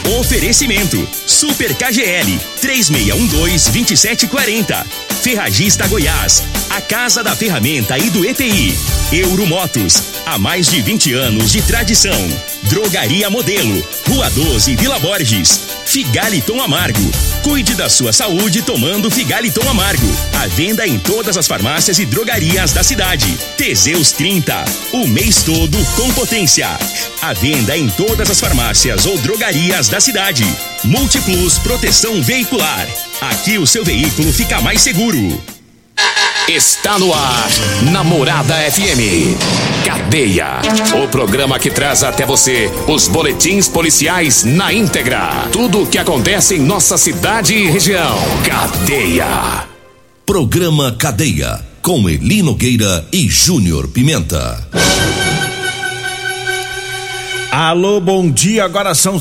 Oferecimento Super KGL 3612-2740. Ferragista Goiás, a casa da ferramenta e do EPI. Euromotos, há mais de 20 anos de tradição. Drogaria Modelo, Rua 12, Vila Borges. Figaliton Amargo, cuide da sua saúde tomando Figaliton Amargo. À venda em todas as farmácias e drogarias da cidade. Teseus 30, o mês todo com potência. À venda em todas as farmácias ou drogarias da cidade. Multiplus Proteção Veicular. Aqui o seu veículo fica mais seguro. Está no ar, Namorada FM. Cadeia. O programa que traz até você os boletins policiais na íntegra. Tudo o que acontece em nossa cidade e região. Cadeia. Programa Cadeia, com Eli Nogueira e Júnior Pimenta. Alô, bom dia, agora são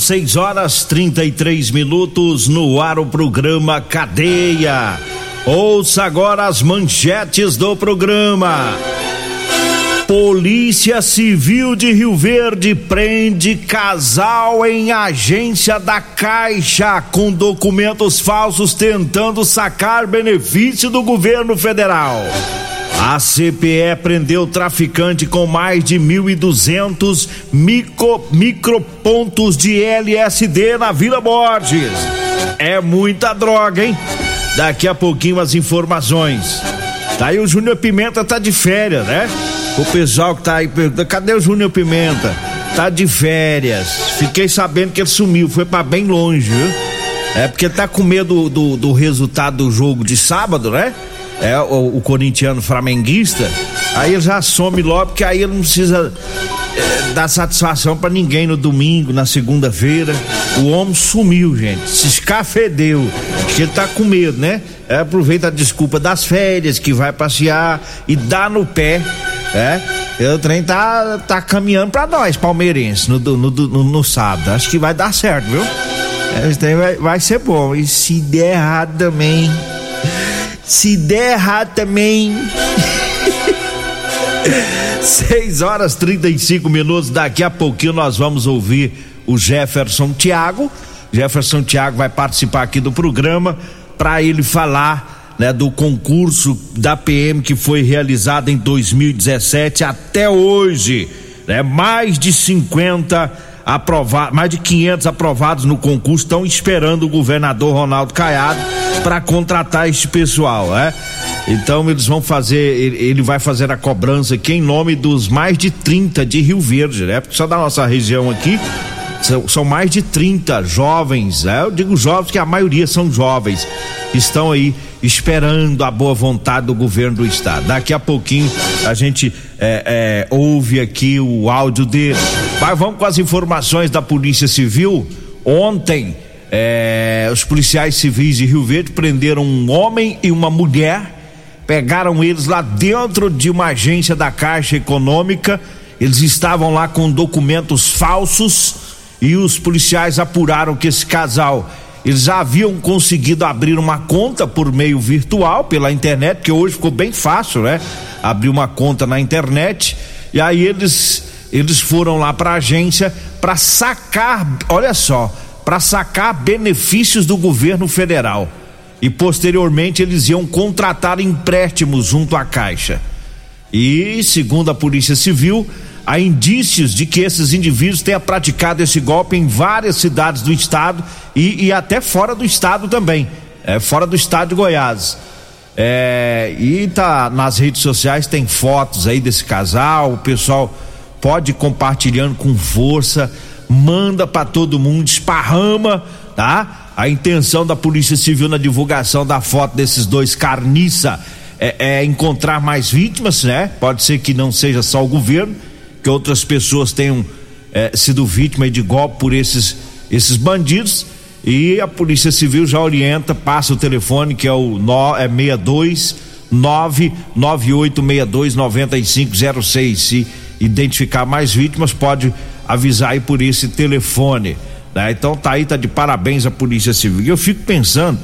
6:33 no ar o programa Cadeia. Ouça agora as manchetes do programa. Polícia Civil de Rio Verde prende casal em agência da Caixa com documentos falsos tentando sacar benefício do governo federal. A CPE prendeu traficante com mais de 1.200 micropontos de LSD na Vila Borges. É muita droga, hein? Daqui a pouquinho as informações. Tá aí o Júnior Pimenta, tá de férias, né? O pessoal que tá aí perguntando, cadê o Júnior Pimenta? Tá de férias. Fiquei sabendo que ele sumiu, foi pra bem longe, viu? É porque tá com medo do resultado do jogo de sábado, né? É o corintiano flamenguista. Aí ele já some logo, porque aí ele não precisa dar satisfação pra ninguém no domingo, na segunda-feira. O homem sumiu, gente, se escafedeu. Acho que ele tá com medo, né? Aproveita a desculpa das férias, que vai passear e dá no pé. O trem tá caminhando pra nós, palmeirenses, no sábado. Acho que vai dar certo, viu? Esse trem vai ser bom. E se der errado também. 6:35, daqui a pouquinho nós vamos ouvir o Jefferson Thiago. Jefferson Thiago vai participar aqui do programa para ele falar, né, do concurso da PM que foi realizado em 2017 até hoje, né? Mais de 500 aprovados no concurso estão esperando o governador Ronaldo Caiado para contratar este pessoal, né? Então eles vão fazer, ele vai fazer a cobrança aqui em nome dos mais de 30 de Rio Verde, né? Porque só da nossa região aqui são mais de 30 jovens, né? Eu digo jovens que a maioria são jovens, estão aí esperando a boa vontade do governo do estado. Daqui a pouquinho a gente ouve aqui o áudio dele. Mas vamos com as informações da Polícia Civil. Ontem os policiais civis de Rio Verde prenderam um homem e uma mulher, pegaram eles lá dentro de uma agência da Caixa Econômica. Eles estavam lá com documentos falsos e os policiais apuraram que esse casal, eles já haviam conseguido abrir uma conta por meio virtual, pela internet, que hoje ficou bem fácil, né? Abrir uma conta na internet. E aí eles foram lá para a agência para sacar, olha só, para sacar benefícios do governo federal. E posteriormente eles iam contratar empréstimos junto à Caixa. E segundo a Polícia Civil, há indícios de que esses indivíduos tenham praticado esse golpe em várias cidades do estado e até fora do estado também, fora do estado de Goiás. E tá nas redes sociais, tem fotos aí desse casal, o pessoal pode ir compartilhando com força, manda pra todo mundo, esparrama, tá? A intenção da Polícia Civil na divulgação da foto desses dois carniça é encontrar mais vítimas, né? Pode ser que não seja só o governo, que outras pessoas tenham sido vítimas de golpe por esses bandidos, e a Polícia Civil já orienta, passa o telefone que é o 62 99862 9506. Se identificar mais vítimas, pode avisar aí por esse telefone, né? Então tá de parabéns a Polícia Civil. E eu fico pensando,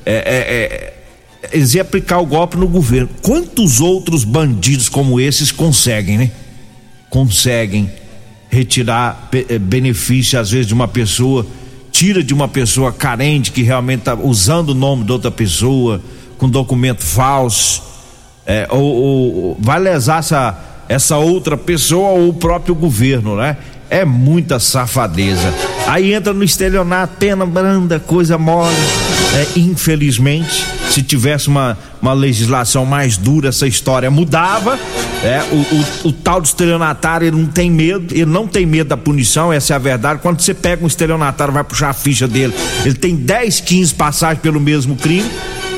eles iam aplicar o golpe no governo. Quantos outros bandidos como esses conseguem, né? Conseguem retirar benefício às vezes de uma pessoa, tira de uma pessoa carente que realmente está usando o nome de outra pessoa com documento falso, ou vai lesar essa outra pessoa ou o próprio governo, né? É muita safadeza. Aí entra no estelionato, pena branda, coisa mole. Infelizmente, se tivesse uma legislação mais dura, essa história mudava. O tal do estelionatário, ele não tem medo da punição, essa é a verdade. Quando você pega um estelionatário, vai puxar a ficha dele, ele tem 10, 15 passagens pelo mesmo crime,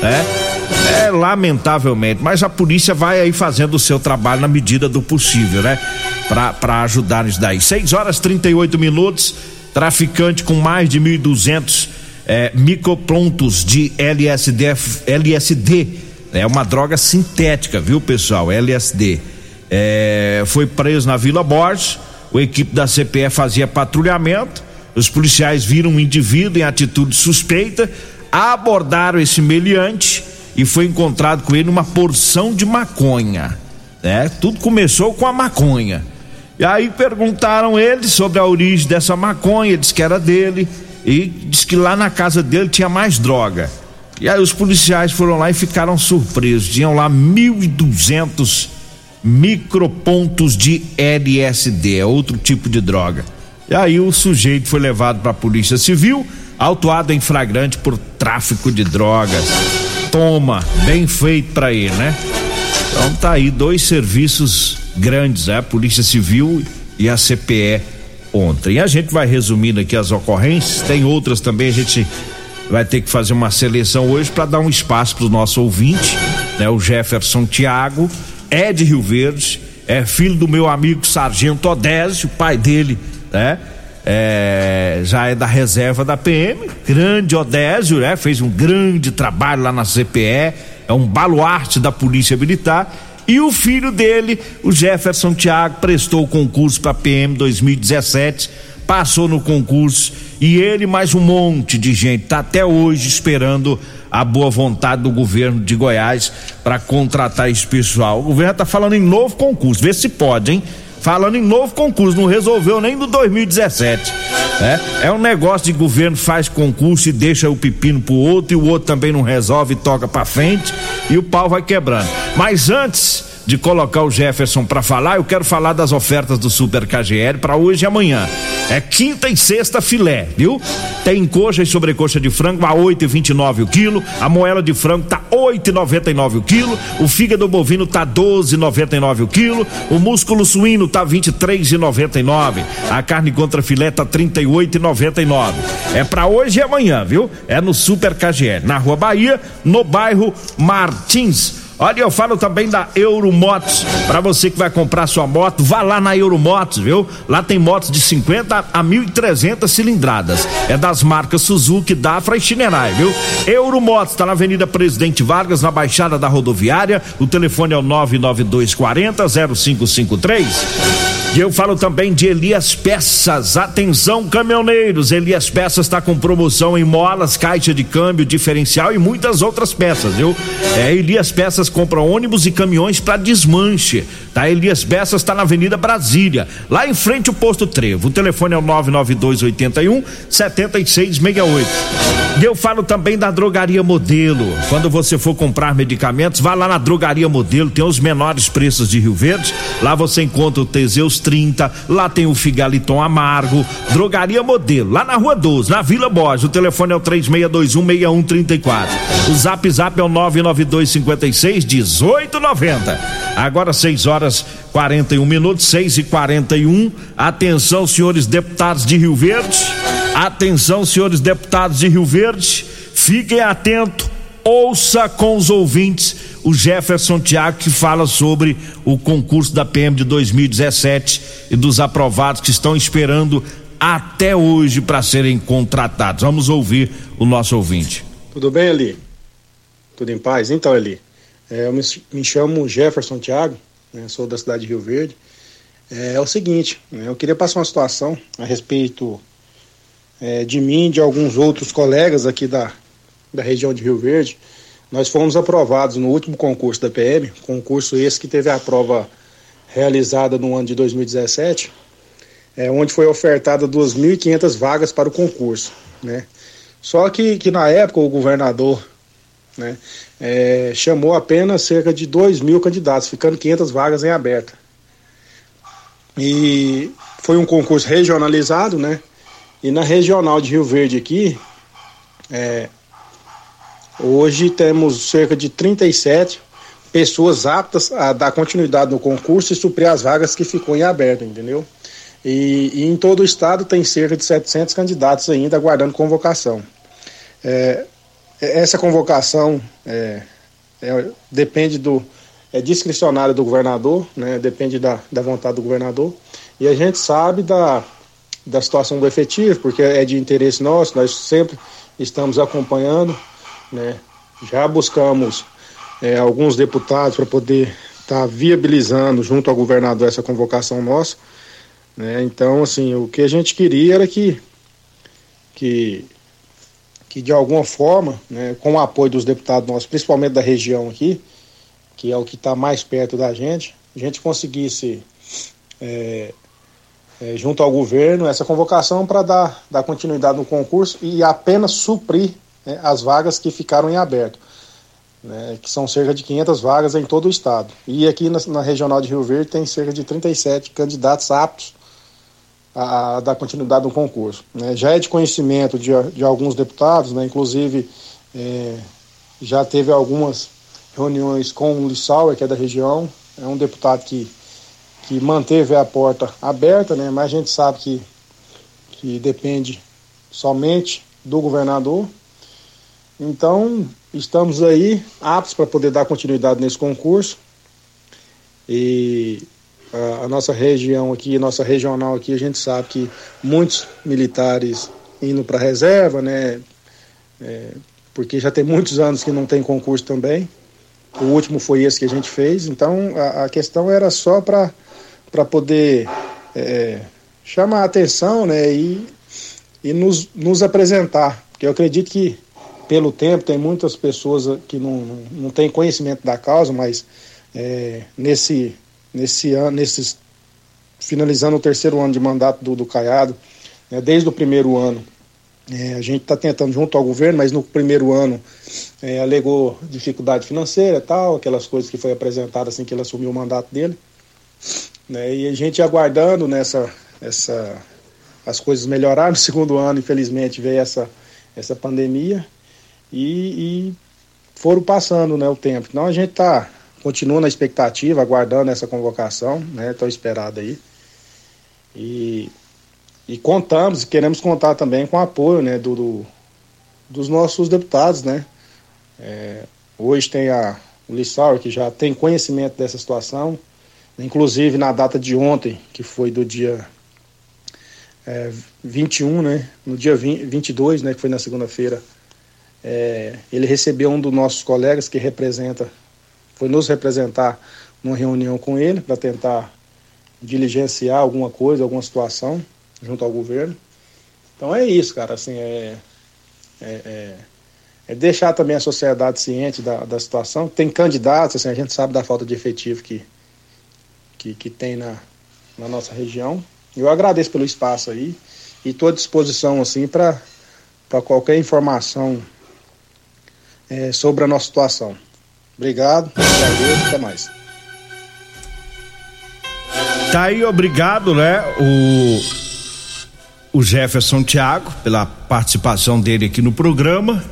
lamentavelmente, mas a polícia vai aí fazendo o seu trabalho na medida do possível, né? Pra ajudar nisso daí. 6h38, traficante com mais de 1.200 microprontos de LSD, é uma droga sintética, viu, pessoal? LSD. Foi preso na Vila Borges. A equipe da CPE fazia patrulhamento. Os policiais viram um indivíduo em atitude suspeita, abordaram esse meliante e foi encontrado com ele uma porção de maconha. Tudo começou com a maconha. E aí perguntaram ele sobre a origem dessa maconha, ele disse que era dele e disse que lá na casa dele tinha mais droga. E aí os policiais foram lá e ficaram surpresos, tinham lá 1.200 micropontos de LSD, outro tipo de droga. E aí o sujeito foi levado para a Polícia Civil, autuado em flagrante por tráfico de drogas. Toma, bem feito para ele, né? Então tá aí 2 serviços grandes, a Polícia Civil e a CPE ontem. E a gente vai resumindo aqui as ocorrências, tem outras também, a gente vai ter que fazer uma seleção hoje para dar um espaço pro nosso ouvinte, né? O Jefferson Thiago é de Rio Verde, é filho do meu amigo Sargento Odésio, o pai dele, né? Já é da reserva da PM, grande Odésio, né? Fez um grande trabalho lá na CPE, é um baluarte da Polícia Militar. E o filho dele, o Jefferson Thiago, prestou o concurso para PM 2017, passou no concurso, e ele mais um monte de gente tá até hoje esperando a boa vontade do governo de Goiás para contratar esse pessoal. O governo tá falando em novo concurso, vê se pode, hein? Falando em novo concurso, não resolveu nem no 2017. É um negócio de governo, faz concurso e deixa o pepino pro outro, e o outro também não resolve e toca pra frente, e o pau vai quebrando. Mas antes de colocar o Jefferson pra falar, eu quero falar das ofertas do Super KGL para hoje e amanhã. É quinta e sexta filé, viu? Tem coxa e sobrecoxa de frango a 8,29 o quilo, a moela de frango tá 8,99 o quilo, o fígado bovino tá 12,99 o quilo, o músculo suíno tá 23,99, a carne contra filé tá 38,99. É para hoje e amanhã, viu? É no Super KGL, na Rua Bahia, no bairro Martins. Olha, eu falo também da Euromotos. Para você que vai comprar sua moto, vá lá na Euromotos, viu? Lá tem motos de 50 a 1.300 cilindradas. É das marcas Suzuki, Dafra e Shinerai, viu? Euromotos tá na Avenida Presidente Vargas, na Baixada da Rodoviária. O telefone é o 99240-0553. E eu falo também de Elias Peças. Atenção, caminhoneiros, Elias Peças está com promoção em molas, caixa de câmbio, diferencial e muitas outras peças, viu? Elias Peças compra ônibus e caminhões para desmanche, tá? Elias Peças está na Avenida Brasília, lá em frente ao Posto Trevo. O telefone é o 99281-7668. E eu falo também da Drogaria Modelo. Quando você for comprar medicamentos, vá lá na Drogaria Modelo, tem os menores preços de Rio Verde. Lá você encontra o Teseus 30, lá tem o Figaliton Amargo. Drogaria Modelo, lá na Rua 12, na Vila Borges. O telefone é o 3621-6134. O Zap é o 99256-1890. Agora 6h41, 6h41. Atenção, senhores deputados de Rio Verde. Atenção, senhores deputados de Rio Verde. Fiquem atentos, ouça com os ouvintes o Jefferson Thiago, que fala sobre o concurso da PM de 2017 e dos aprovados que estão esperando até hoje para serem contratados. Vamos ouvir o nosso ouvinte. Tudo bem, Eli? Tudo em paz? Então, Eli, eu me chamo Jefferson Thiago, né, sou da cidade de Rio Verde. É o seguinte, eu queria passar uma situação a respeito de mim e de alguns outros colegas aqui da região de Rio Verde. Nós fomos aprovados no último concurso da PM, concurso esse que teve a prova realizada no ano de 2017, onde foi ofertada 2.500 vagas para o concurso. né? Só que na época o governador, né, chamou apenas cerca de 2.000 candidatos, ficando 500 vagas em aberta. E foi um concurso regionalizado, né? E na regional de Rio Verde aqui, hoje temos cerca de 37 pessoas aptas a dar continuidade no concurso e suprir as vagas que ficou em aberto, entendeu? E em todo o estado tem cerca de 700 candidatos ainda aguardando convocação. Essa convocação depende discricionária do governador, né? Depende da vontade do governador, e a gente sabe da situação do efetivo, porque é de interesse nosso, nós sempre estamos acompanhando, né? Já buscamos alguns deputados para poder estar viabilizando junto ao governador essa convocação nossa, né? Então, assim, o que a gente queria era que de alguma forma, né, com o apoio dos deputados nossos, principalmente da região aqui, que é o que está mais perto da gente, a gente conseguisse, junto ao governo, essa convocação para dar continuidade no concurso e apenas suprir, né, as vagas que ficaram em aberto, né, que são cerca de 500 vagas em todo o estado. E aqui na regional de Rio Verde tem cerca de 37 candidatos aptos a dar continuidade no concurso, né. Já é de conhecimento de alguns deputados, né, inclusive já teve algumas reuniões com o Lissauer, que é da região, é um deputado que manteve a porta aberta, né, mas a gente sabe que depende somente do governador. Então, estamos aí aptos para poder dar continuidade nesse concurso. E a nossa região aqui, nossa regional aqui, a gente sabe que muitos militares indo para a reserva, né, porque já tem muitos anos que não tem concurso também. O último foi esse que a gente fez, então a questão era só para poder chamar a atenção, né, e nos apresentar, porque eu acredito que pelo tempo tem muitas pessoas que não têm conhecimento da causa, mas nesse ano, finalizando o 3º ano de mandato do Caiado, né, desde o 1º ano, a gente está tentando junto ao governo, mas no 1º ano alegou dificuldade financeira e tal, aquelas coisas que foi apresentado assim que ele assumiu o mandato dele, né, e a gente aguardando as coisas melhoraram. No 2º ano, infelizmente, veio essa pandemia e foram passando, né, o tempo. Então a gente continua na expectativa, aguardando essa convocação, né, tão esperada aí, e queremos contar também com o apoio, né, dos nossos deputados, né. Hoje tem o Lissauer, que já tem conhecimento dessa situação, inclusive na data de ontem, que foi do dia 21, né, no dia 22, né, que foi na segunda-feira, ele recebeu um dos nossos colegas que foi nos representar numa reunião com ele para tentar diligenciar alguma coisa, alguma situação junto ao governo. Então é isso, cara, assim, deixar também a sociedade ciente da situação. Tem candidatos, assim, a gente sabe da falta de efetivo que tem na nossa região. Eu agradeço pelo espaço aí e estou à disposição, assim, para qualquer informação sobre a nossa situação. Obrigado, até mais. Tá aí, obrigado, né, o Jefferson Thiago, pela participação dele aqui no programa.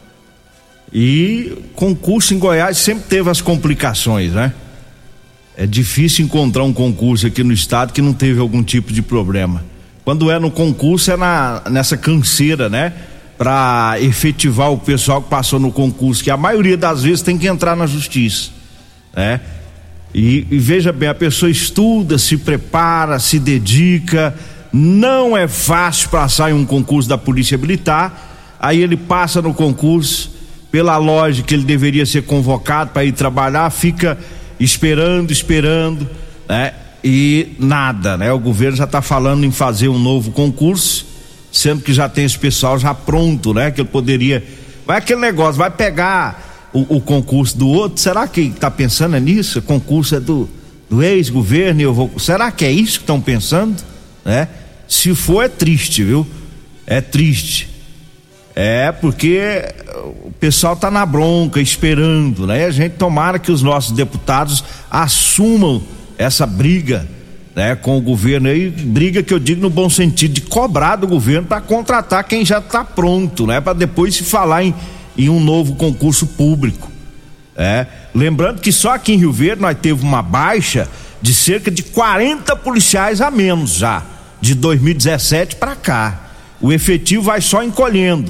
E concurso em Goiás sempre teve as complicações, né? É difícil encontrar um concurso aqui no estado que não teve algum tipo de problema. Quando é no concurso é nessa canseira, né? Para efetivar o pessoal que passou no concurso, que a maioria das vezes tem que entrar na justiça, né? E veja bem, a pessoa estuda, se prepara, se dedica. Não é fácil passar em um concurso da Polícia Militar. Aí ele passa no concurso, pela lógica ele deveria ser convocado para ir trabalhar, fica esperando, né? E nada, né? O governo já está falando em fazer um novo concurso, sendo que já tem esse pessoal já pronto, né? Que ele poderia, vai aquele negócio, vai pegar o concurso do outro. Será que está pensando nisso? O concurso é do ex-governo, será que é isso que estão pensando, né? Se for, é triste, viu? É triste. Porque o pessoal tá na bronca, esperando, né? E a gente tomara que os nossos deputados assumam essa briga, né, com o governo aí, briga que eu digo no bom sentido, de cobrar do governo para contratar quem já tá pronto, né? Para depois se falar em um novo concurso público. Lembrando que só aqui em Rio Verde nós teve uma baixa de cerca de 40 policiais a menos já, de 2017 para cá. O efetivo vai só encolhendo,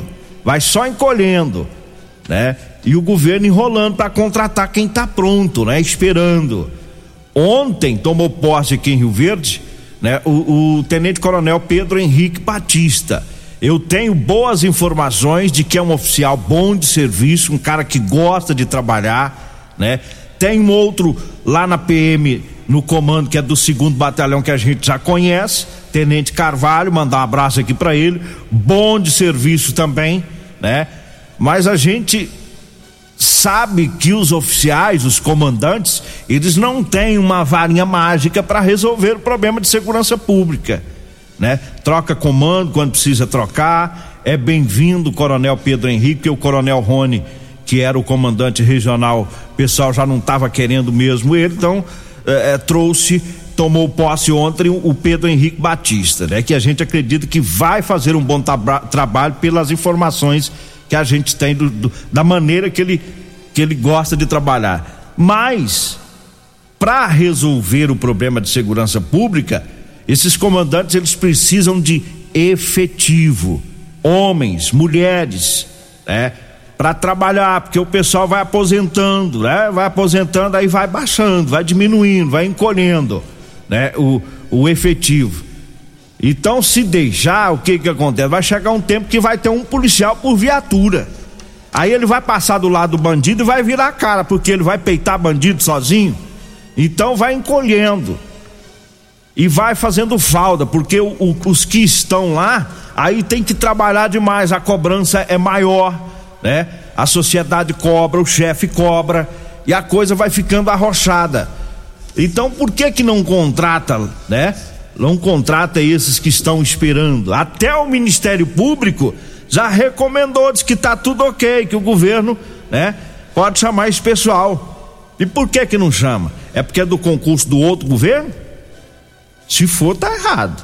né? E o governo enrolando para contratar quem tá pronto, né? Esperando. Ontem tomou posse aqui em Rio Verde, né? O Tenente Coronel Pedro Henrique Batista. Eu tenho boas informações de que é um oficial bom de serviço, um cara que gosta de trabalhar, né? Tem um outro lá na PM, no comando, que é do 2º Batalhão, que a gente já conhece, Tenente Carvalho, mandar um abraço aqui para ele, bom de serviço também, né? Mas a gente sabe que os oficiais, os comandantes, eles não têm uma varinha mágica para resolver o problema de segurança pública, né? Troca comando quando precisa trocar. É bem-vindo o Coronel Pedro Henrique, porque o Coronel Rony, que era o comandante regional, o pessoal já não estava querendo mesmo ele, então tomou posse ontem o Pedro Henrique Batista, né? Que a gente acredita que vai fazer um bom trabalho pelas informações que a gente tem da maneira que ele gosta de trabalhar. Mas para resolver o problema de segurança pública, esses comandantes, eles precisam de efetivo, homens, mulheres, né? Para trabalhar, porque o pessoal vai aposentando, né? Vai aposentando, aí vai baixando, vai diminuindo, vai encolhendo, né? O efetivo. Então, se deixar, o que acontece? Vai chegar um tempo que vai ter um policial por viatura. Aí ele vai passar do lado do bandido e vai virar a cara, porque ele vai peitar bandido sozinho. Então vai encolhendo e vai fazendo falta, porque os que estão lá, aí tem que trabalhar demais, a cobrança é maior, né? A sociedade cobra, o chefe cobra e a coisa vai ficando arrochada. Então por que não contrata, né? Não contrata esses que estão esperando. Até o Ministério Público já recomendou, diz que tá tudo ok, que o governo, né, pode chamar esse pessoal. E por que não chama? É porque é do concurso do outro governo? Se for, tá errado.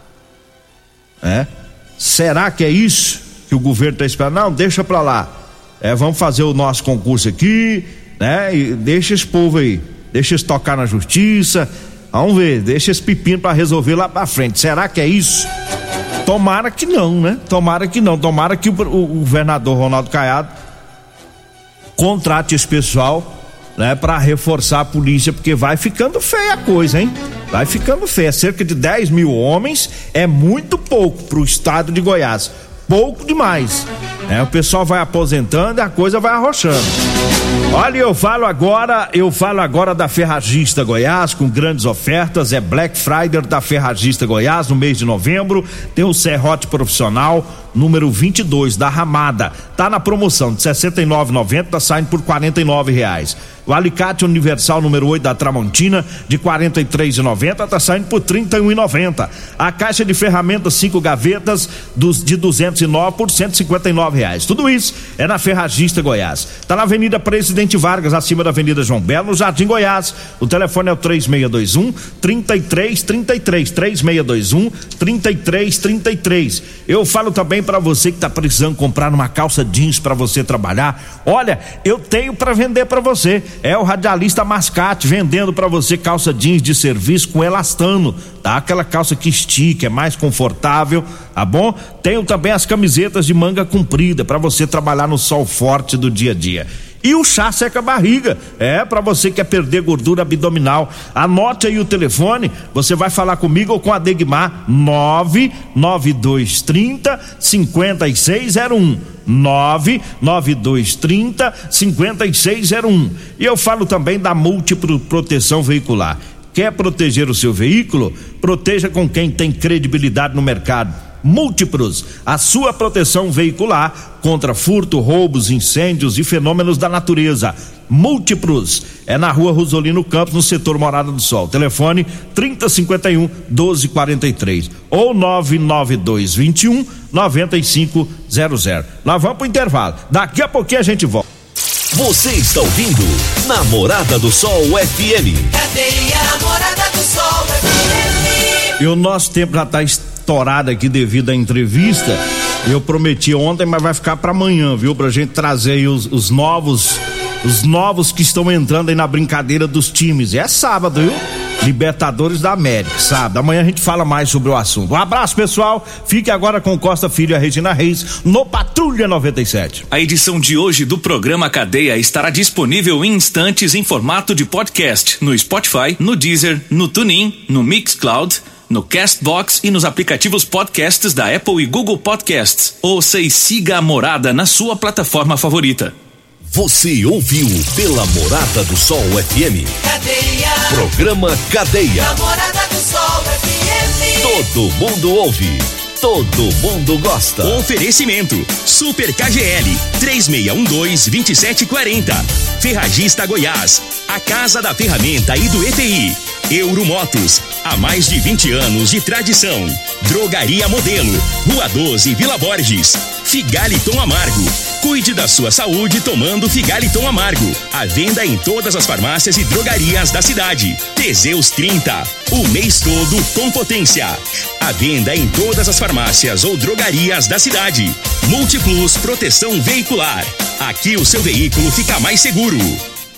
Será que é isso que o governo tá esperando? Não, deixa pra lá. Vamos fazer o nosso concurso aqui, né? E deixa esse povo aí, deixa eles tocar na justiça. Vamos ver, deixa esse pepino para resolver lá pra frente. Será que é isso? Tomara que não, né? Tomara que não. Tomara que o governador Ronaldo Caiado contrate esse pessoal, né, para reforçar a polícia, porque vai ficando feia a coisa, hein? Vai ficando feia. Cerca de 10 mil homens é muito pouco pro estado de Goiás. Pouco demais. O pessoal vai aposentando e a coisa vai arrochando. Olha, eu falo agora da Ferragista Goiás, com grandes ofertas. É Black Friday da Ferragista Goiás no mês de novembro. Tem o serrote profissional número 22 da Ramada, tá na promoção de R$ 69,90, tá saindo por R$ 49. O alicate universal número 8 da Tramontina de R$ 43,90, tá saindo por R$ 31,90. A caixa de ferramentas 5 gavetas de 209 por R$ 159. Tudo isso é na Ferragista Goiás. Tá na Avenida Presidente Vargas, acima da Avenida João Belo, no Jardim Goiás. O telefone é o 3621-3333, 3621-3333. Eu falo também para você que tá precisando comprar uma calça jeans para você trabalhar. Olha, eu tenho para vender para você. É o Radialista Mascate vendendo para você calça jeans de serviço com elastano, tá? Aquela calça que estica, é mais confortável, tá bom? Tenho também as camisetas de manga comprida para você trabalhar no sol forte do dia a dia. E o chá seca barriga, para você que quer perder gordura abdominal. Anote aí o telefone, você vai falar comigo ou com a Degmar, 99230-5601, 99230-5601. E eu falo também da Múltiplo Proteção Veicular. Quer proteger o seu veículo? Proteja com quem tem credibilidade no mercado. Múltiplos, a sua proteção veicular contra furto, roubos, incêndios e fenômenos da natureza. Múltiplos, é na rua Rosolino Campos, no setor Morada do Sol. Telefone 3051-1243 ou 99221-9500. Nós vamos pro intervalo. Daqui a pouquinho a gente volta. Você está ouvindo Namorada do Sol FM. Cadeia Namorada do Sol FM. E o nosso tempo já está estourado aqui devido à entrevista. Eu prometi ontem, mas vai ficar para amanhã, viu? Pra gente trazer aí os novos que estão entrando aí na brincadeira dos times. É sábado, viu? Libertadores da América, sábado. Amanhã a gente fala mais sobre o assunto. Um abraço, pessoal. Fique agora com Costa Filho e a Regina Reis no Patrulha 97. A edição de hoje do programa Cadeia estará disponível em instantes em formato de podcast no Spotify, no Deezer, no TuneIn, no Mixcloud, no Castbox e nos aplicativos podcasts da Apple e Google Podcasts. Ouça e siga a Morada na sua plataforma favorita. Você ouviu pela Morada do Sol FM. Cadeia. Programa Cadeia. Namorada do Sol FM. Todo mundo ouve, todo mundo gosta. Oferecimento Super KGL 3612-2740. Ferragista Goiás, a casa da ferramenta e do EPI. Euromotos, há mais de 20 anos de tradição. Drogaria Modelo, Rua 12, Vila Borges. Figaliton Amargo, cuide da sua saúde tomando Figaliton Amargo. À venda em todas as farmácias e drogarias da cidade. Teseus 30, o mês todo com potência. À venda em todas as farmácias ou drogarias da cidade. Múltiplos Proteção Veicular, aqui o seu veículo fica mais seguro.